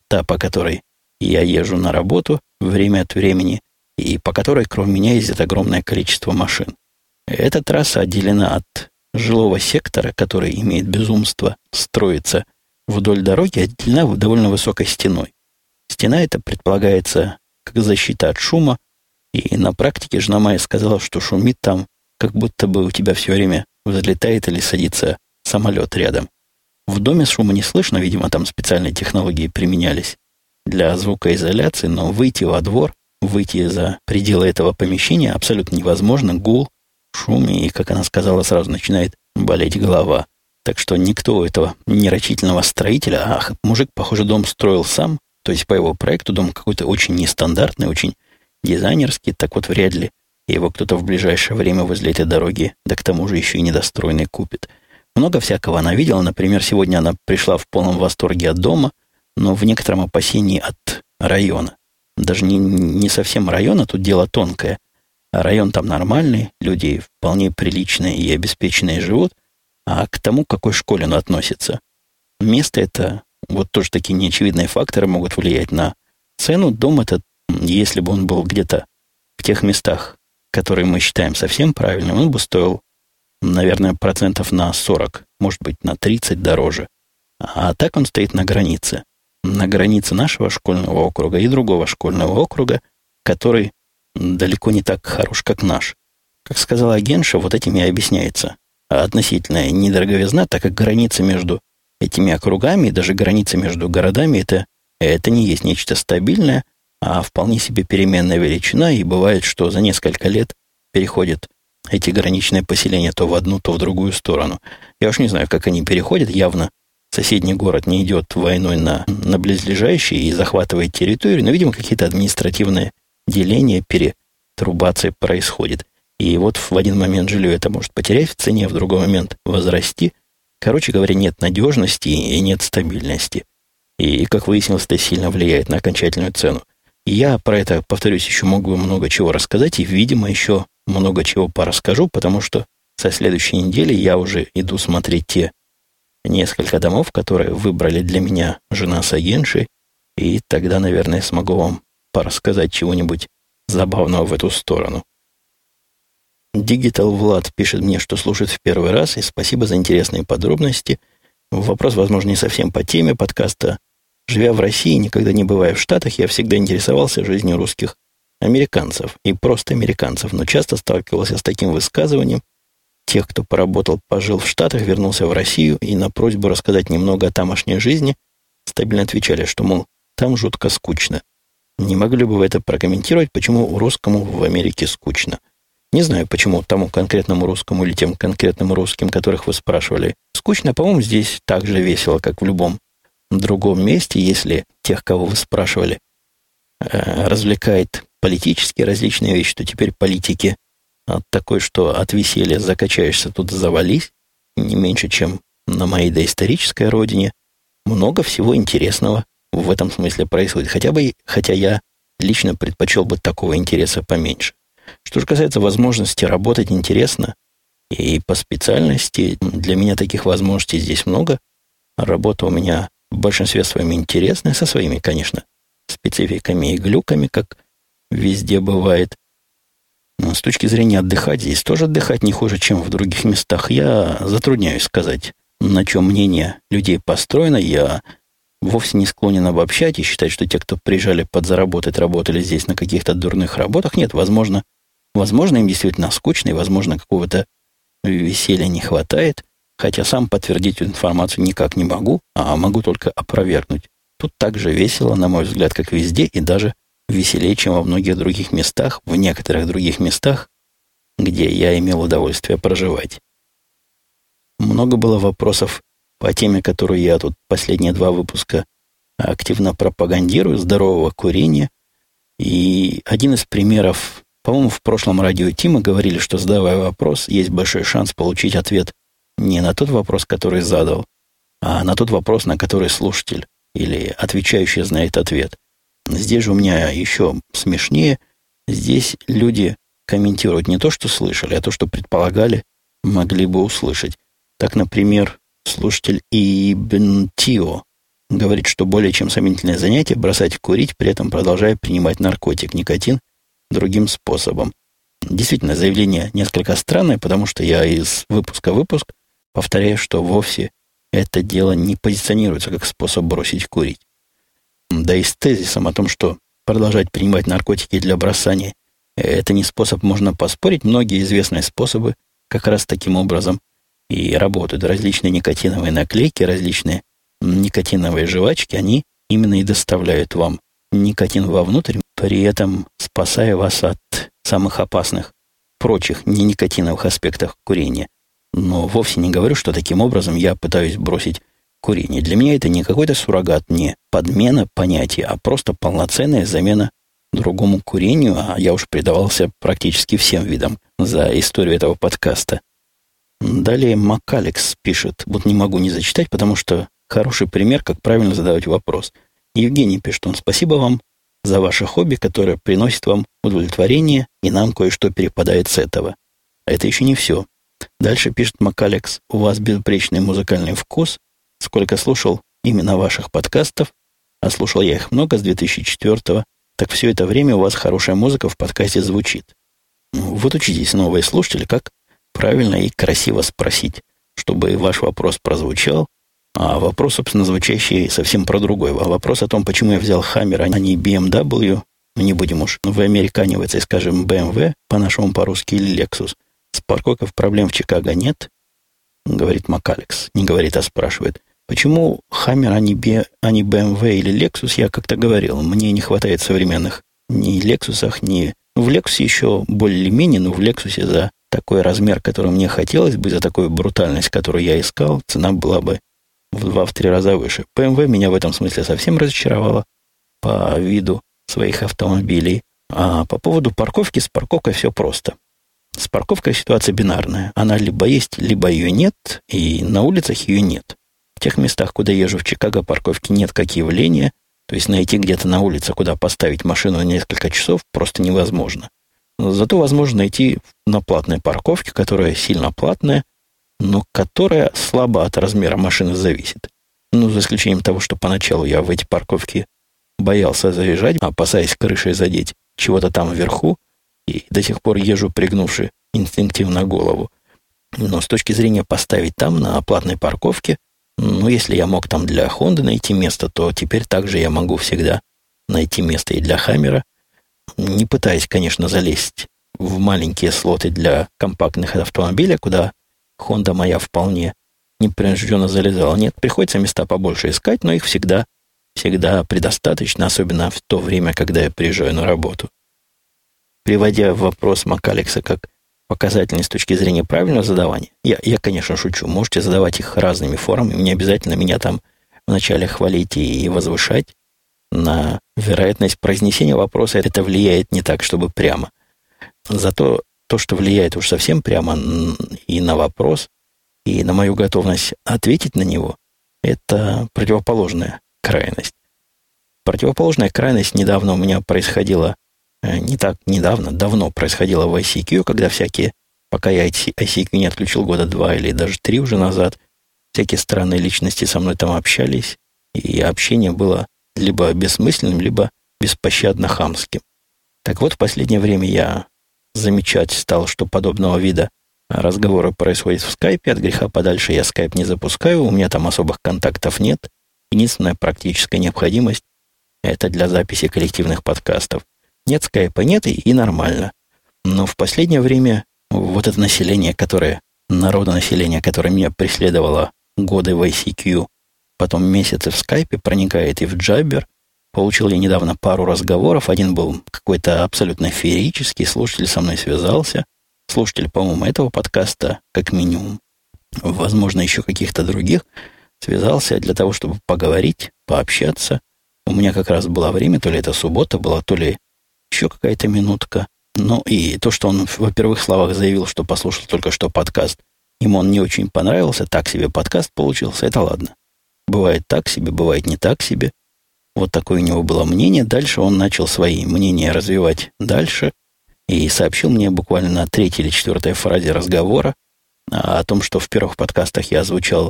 та, по которой я езжу на работу время от времени, и по которой, кроме меня, ездит огромное количество машин. Эта трасса отделена от жилого сектора, который имеет безумство строиться вдоль дороги, отделена довольно высокой стеной. Стена эта предполагается как защита от шума, и на практике жена моя сказала, что шумит там, как будто бы у тебя все время взлетает или садится самолет рядом. В доме шума не слышно, видимо, там специальные технологии применялись для звукоизоляции, но выйти во двор, выйти за пределы этого помещения абсолютно невозможно. Гул, шум, и, как она сказала, сразу начинает болеть голова. Так что никто у этого нерачительного строителя, ах, мужик, похоже, дом строил сам, то есть по его проекту дом какой-то очень нестандартный, очень дизайнерский, так вот вряд ли его кто-то в ближайшее время возле этой дороги, да к тому же еще и недостроенный, купит. Много всякого она видела. Например, сегодня она пришла в полном восторге от дома, но в некотором опасении от района. Даже не, не совсем района, тут дело тонкое. А район там нормальный, люди вполне приличные и обеспеченные живут, а к тому, к какой школе он относится. Место это, вот тоже такие неочевидные факторы могут влиять на цену. Дом этот, если бы он был где-то в тех местах, которые мы считаем совсем правильным, он бы стоил, наверное, процентов на сорок, может быть, на тридцать дороже. А так он стоит на границе. На границе нашего школьного округа и другого школьного округа, который далеко не так хорош, как наш. Как сказала агентша, вот этим и объясняется относительная недороговизна, так как граница между этими округами, и даже граница между городами, это, это не есть нечто стабильное, а вполне себе переменная величина, и бывает, что за несколько лет переходят эти граничные поселения то в одну, то в другую сторону. Я уж не знаю, как они переходят, явно соседний город не идет войной на, на близлежащий и захватывает территорию, но, видимо, какие-то административные деления, перетрубация происходит. И вот в один момент жилье это может потерять в цене, в другой момент возрасти. Короче говоря, нет надежности и нет стабильности. И, как выяснилось, это сильно влияет на окончательную цену. И я про это, повторюсь, еще могу много чего рассказать, и, видимо, еще много чего порасскажу, потому что со следующей недели я уже иду смотреть те несколько домов, которые выбрали для меня жена с агентшей, и тогда, наверное, смогу вам порассказать чего-нибудь забавного в эту сторону. Digital Влад пишет мне, что слушает в первый раз, и спасибо за интересные подробности. Вопрос, возможно, не совсем по теме подкаста. Живя в России, никогда не бывая в Штатах, я всегда интересовался жизнью русских американцев и просто американцев, но часто сталкивался с таким высказыванием. Тех, кто поработал, пожил в Штатах, вернулся в Россию, и на просьбу рассказать немного о тамошней жизни стабильно отвечали, что, мол, там жутко скучно. Не могли бы вы это прокомментировать, почему русскому в Америке скучно? Не знаю, почему тому конкретному русскому или тем конкретным русским, которых вы спрашивали, скучно. По-моему, здесь так же весело, как в любом другом месте, если тех, кого вы спрашивали, развлекает политические различные вещи, то теперь политики от такой, что от веселья закачаешься, тут завались, не меньше, чем на моей доисторической родине. Много всего интересного в этом смысле происходит. Хотя бы, хотя я лично предпочел бы такого интереса поменьше. Что же касается возможности работать интересно и по специальности, для меня таких возможностей здесь много. Работа у меня в большинстве своем интересная, со своими, конечно, спецификами и глюками, как везде бывает. Но с точки зрения отдыхать, здесь тоже отдыхать не хуже, чем в других местах. Я затрудняюсь сказать, на чем мнение людей построено. Я вовсе не склонен обобщать и считать, что те, кто приезжали подзаработать, работали здесь на каких-то дурных работах. Нет, возможно, возможно им действительно скучно, и, возможно, какого-то веселья не хватает. Хотя сам подтвердить эту информацию никак не могу, а могу только опровергнуть. Тут так же весело, на мой взгляд, как везде, и даже веселее, чем во многих других местах, в некоторых других местах, где я имел удовольствие проживать. Много было вопросов по теме, которую я тут последние два выпуска активно пропагандирую, здорового курения. И один из примеров, по-моему, в прошлом радио Ти мы говорили, что, задавая вопрос, есть большой шанс получить ответ не на тот вопрос, который задал, а на тот вопрос, на который слушатель или отвечающий знает ответ. Здесь же у меня еще смешнее. Здесь люди комментируют не то, что слышали, а то, что предполагали, могли бы услышать. Так, например, слушатель Ибн Тио говорит, что более чем сомнительное занятие бросать курить, при этом продолжая принимать наркотик, никотин, другим способом. Действительно, заявление несколько странное, потому что я из выпуска в выпуск повторяю, что вовсе это дело не позиционируется как способ бросить курить. Да и с тезисом о том, что продолжать принимать наркотики для бросания – это не способ, можно поспорить. Многие известные способы как раз таким образом и работают. Различные никотиновые наклейки, различные никотиновые жвачки, они именно и доставляют вам никотин вовнутрь, при этом спасая вас от самых опасных прочих неникотиновых аспектов курения. Но вовсе не говорю, что таким образом я пытаюсь бросить курение. Для меня это не какой-то суррогат, не подмена понятия, а просто полноценная замена другому курению, а я уж предавался практически всем видам за историю этого подкаста. Далее Макалекс пишет, вот не могу не зачитать, потому что хороший пример, как правильно задавать вопрос. Евгений пишет, он, спасибо вам за ваше хобби, которое приносит вам удовлетворение, и нам кое-что перепадает с этого. А это еще не все. Дальше пишет Макалекс, у вас безупречный музыкальный вкус, сколько слушал именно ваших подкастов, а слушал я их много с две тысячи четвёртого, так все это время у вас хорошая музыка в подкасте звучит. Вот учитесь, новые слушатели, как правильно и красиво спросить, чтобы ваш вопрос прозвучал, а вопрос, собственно, звучащий совсем про другой. А вопрос о том, почему я взял Hammer, а не би эм дабл ю, не будем уж выамериканиваться и скажем бэ эм вэ, по-нашему по-русски, или Lexus. С парковкой проблем в Чикаго нет, говорит Макалекс. Не говорит, а спрашивает. Почему Hammer, а не, B, а не бэ эм вэ или Lexus, я как-то говорил. Мне не хватает современных ни Lexus'ах, ни... Ну, в Lexus еще более-менее, но в Lexus за такой размер, который мне хотелось бы, за такую брутальность, которую я искал, цена была бы в два-в три раза выше. бэ эм вэ меня в этом смысле совсем разочаровала по виду своих автомобилей. А по поводу парковки, с парковкой все просто. С парковкой ситуация бинарная. Она либо есть, либо ее нет, и на улицах ее нет. В тех местах, куда езжу в Чикаго, парковки нет как явления, то есть найти где-то на улице, куда поставить машину на несколько часов, просто невозможно. Но зато возможно найти на платной парковке, которая сильно платная, но которая слабо от размера машины зависит. Ну, за исключением того, что поначалу я в эти парковки боялся заезжать, опасаясь крышей задеть чего-то там вверху, и до сих пор езжу, пригнувши инстинктивно голову. Но с точки зрения поставить там, на платной парковке, ну, если я мог там для Хонды найти место, то теперь также я могу всегда найти место и для Хаммера, не пытаясь, конечно, залезть в маленькие слоты для компактных автомобилей, куда Хонда моя вполне непринужденно залезала. Нет, приходится места побольше искать, но их всегда, всегда предостаточно, особенно в то время, когда я приезжаю на работу. Приводя вопрос Макалекса как показательный с точки зрения правильного задавания, я, я, конечно, шучу. Можете задавать их разными формами. Не обязательно меня там вначале хвалить и возвышать. На вероятность произнесения вопроса это влияет не так, чтобы прямо. Зато то, что влияет уж совсем прямо и на вопрос, и на мою готовность ответить на него, это противоположная крайность. Противоположная крайность недавно у меня происходила, не так недавно, давно происходила в ай си кью, когда всякие, пока я ай си кью не отключил года два или даже три уже назад, всякие странные личности со мной там общались, и общение было либо бессмысленным, либо беспощадно хамским. Так вот, в последнее время я замечать стал, что подобного вида разговоры происходят в скайпе. От греха подальше я скайп не запускаю, у меня там особых контактов нет. Единственная практическая необходимость – это для записи коллективных подкастов. Нет скайпа, нет, и, и нормально. Но в последнее время вот это население, которое, народонаселение, которое меня преследовало годы в ай си кью, потом месяцы в скайпе, проникает и в Джаббер. Получил я недавно пару разговоров. Один был какой-то абсолютно феерический. Слушатель со мной связался. Слушатель, по-моему, этого подкаста, как минимум. Возможно, еще каких-то других. Связался для того, чтобы поговорить, пообщаться. У меня как раз было время, то ли это суббота была, то ли еще какая-то минутка. Ну и то, что он во первых словах заявил, что послушал только что подкаст, ему он не очень понравился, так себе подкаст получился, это ладно. Бывает так себе, бывает не так себе. Вот такое у него было мнение. Дальше он начал свои мнения развивать дальше и сообщил мне буквально на третьей или четвертой фразе разговора о том, что в первых подкастах я озвучал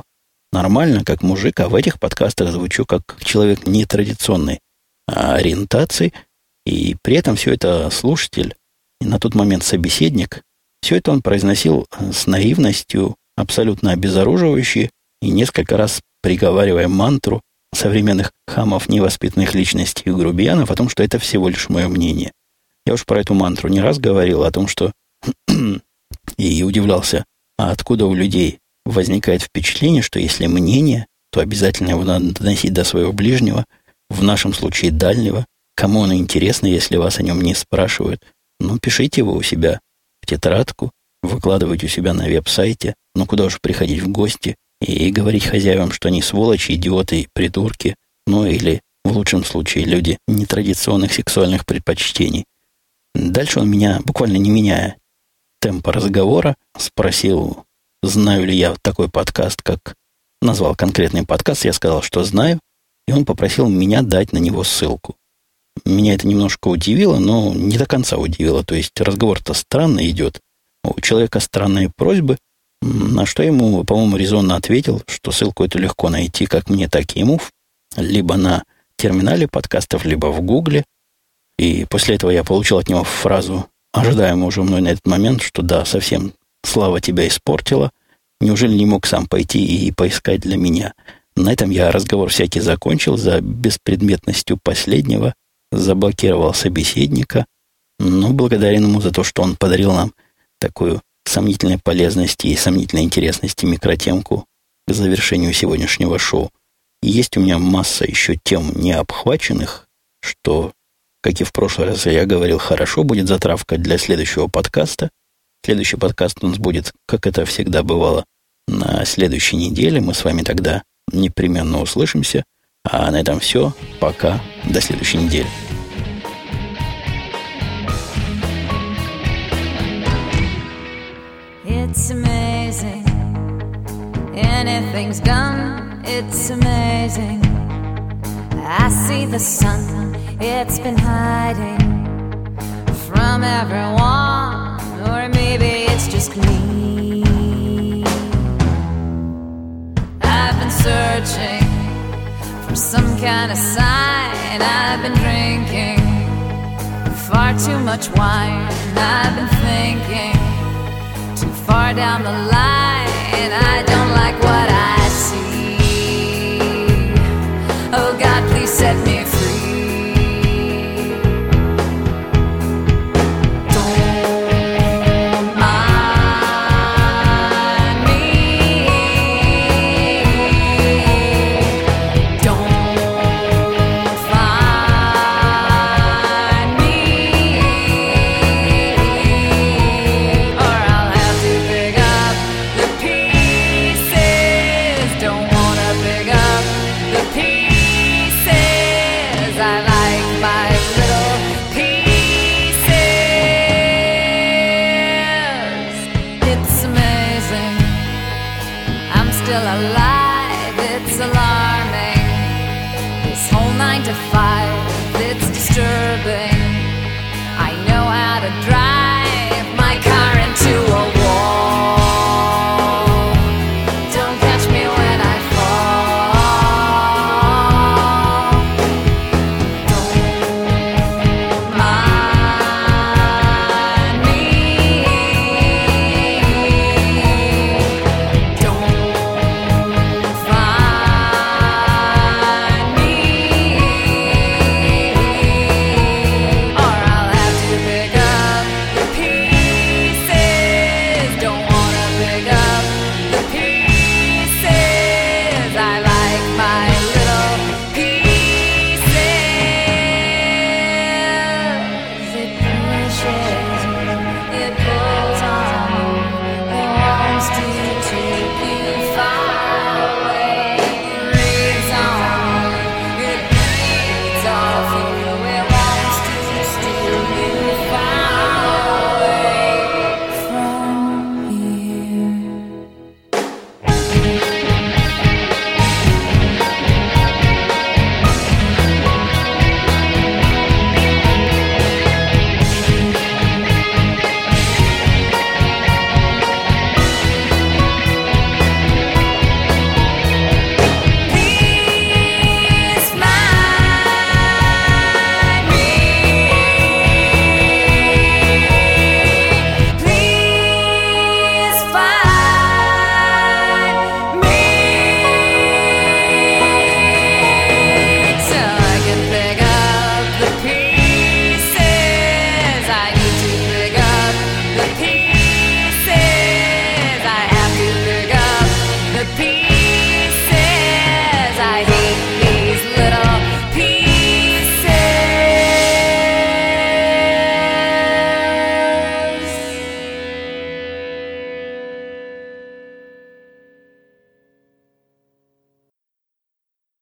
нормально, как мужик, а в этих подкастах звучу как человек нетрадиционной ориентации, и при этом все это слушатель, и на тот момент собеседник, все это он произносил с наивностью, абсолютно обезоруживающей, и несколько раз приговаривая мантру современных хамов, невоспитанных личностей и грубиянов о том, что это всего лишь мое мнение. Я уж про эту мантру не раз говорил, о том, что и удивлялся, а откуда у людей возникает впечатление, что если мнение, то обязательно его надо доносить до своего ближнего, в нашем случае дальнего. Кому оно интересно, если вас о нем не спрашивают? Ну, пишите его у себя в тетрадку, выкладывайте у себя на веб-сайте, ну, куда уж приходить в гости и говорить хозяевам, что они сволочи, идиоты, придурки, ну, или, в лучшем случае, люди нетрадиционных сексуальных предпочтений. Дальше он меня, буквально не меняя темпа разговора, спросил, знаю ли я такой подкаст, как... Назвал конкретный подкаст, я сказал, что знаю, и он попросил меня дать на него ссылку. Меня это немножко удивило, но не до конца удивило. То есть разговор-то странно идет. У человека странные просьбы, на что ему, по-моему, резонно ответил, что ссылку эту легко найти как мне, так и ему, либо на терминале подкастов, либо в Гугле. И после этого я получил от него фразу, ожидаемую уже мной на этот момент, что да, совсем слава тебя испортила. Неужели не мог сам пойти и поискать для меня? На этом я разговор всякий закончил, за беспредметностью последнего заблокировал собеседника, но благодарен ему за то, что он подарил нам такую сомнительной полезности и сомнительной интересности микротемку к завершению сегодняшнего шоу. И есть у меня масса еще тем не обхваченных, что, как и в прошлый раз я говорил, хорошо будет затравка для следующего подкаста. Следующий подкаст у нас будет, как это всегда бывало, на следующей неделе. Мы с вами тогда непременно услышимся. А на этом все. Пока. До следующей недели. It's amazing. Anything's done. It's amazing. I see the sun. It's been hiding from everyone. Or maybe it's just me. I've been searching for some kind of sign. I've been drinking far too much wine. I've been thinking too far down the line. I don't like what I see. Oh God, please set me free. Alive, it's alarming. This whole nine to five, it's disturbing.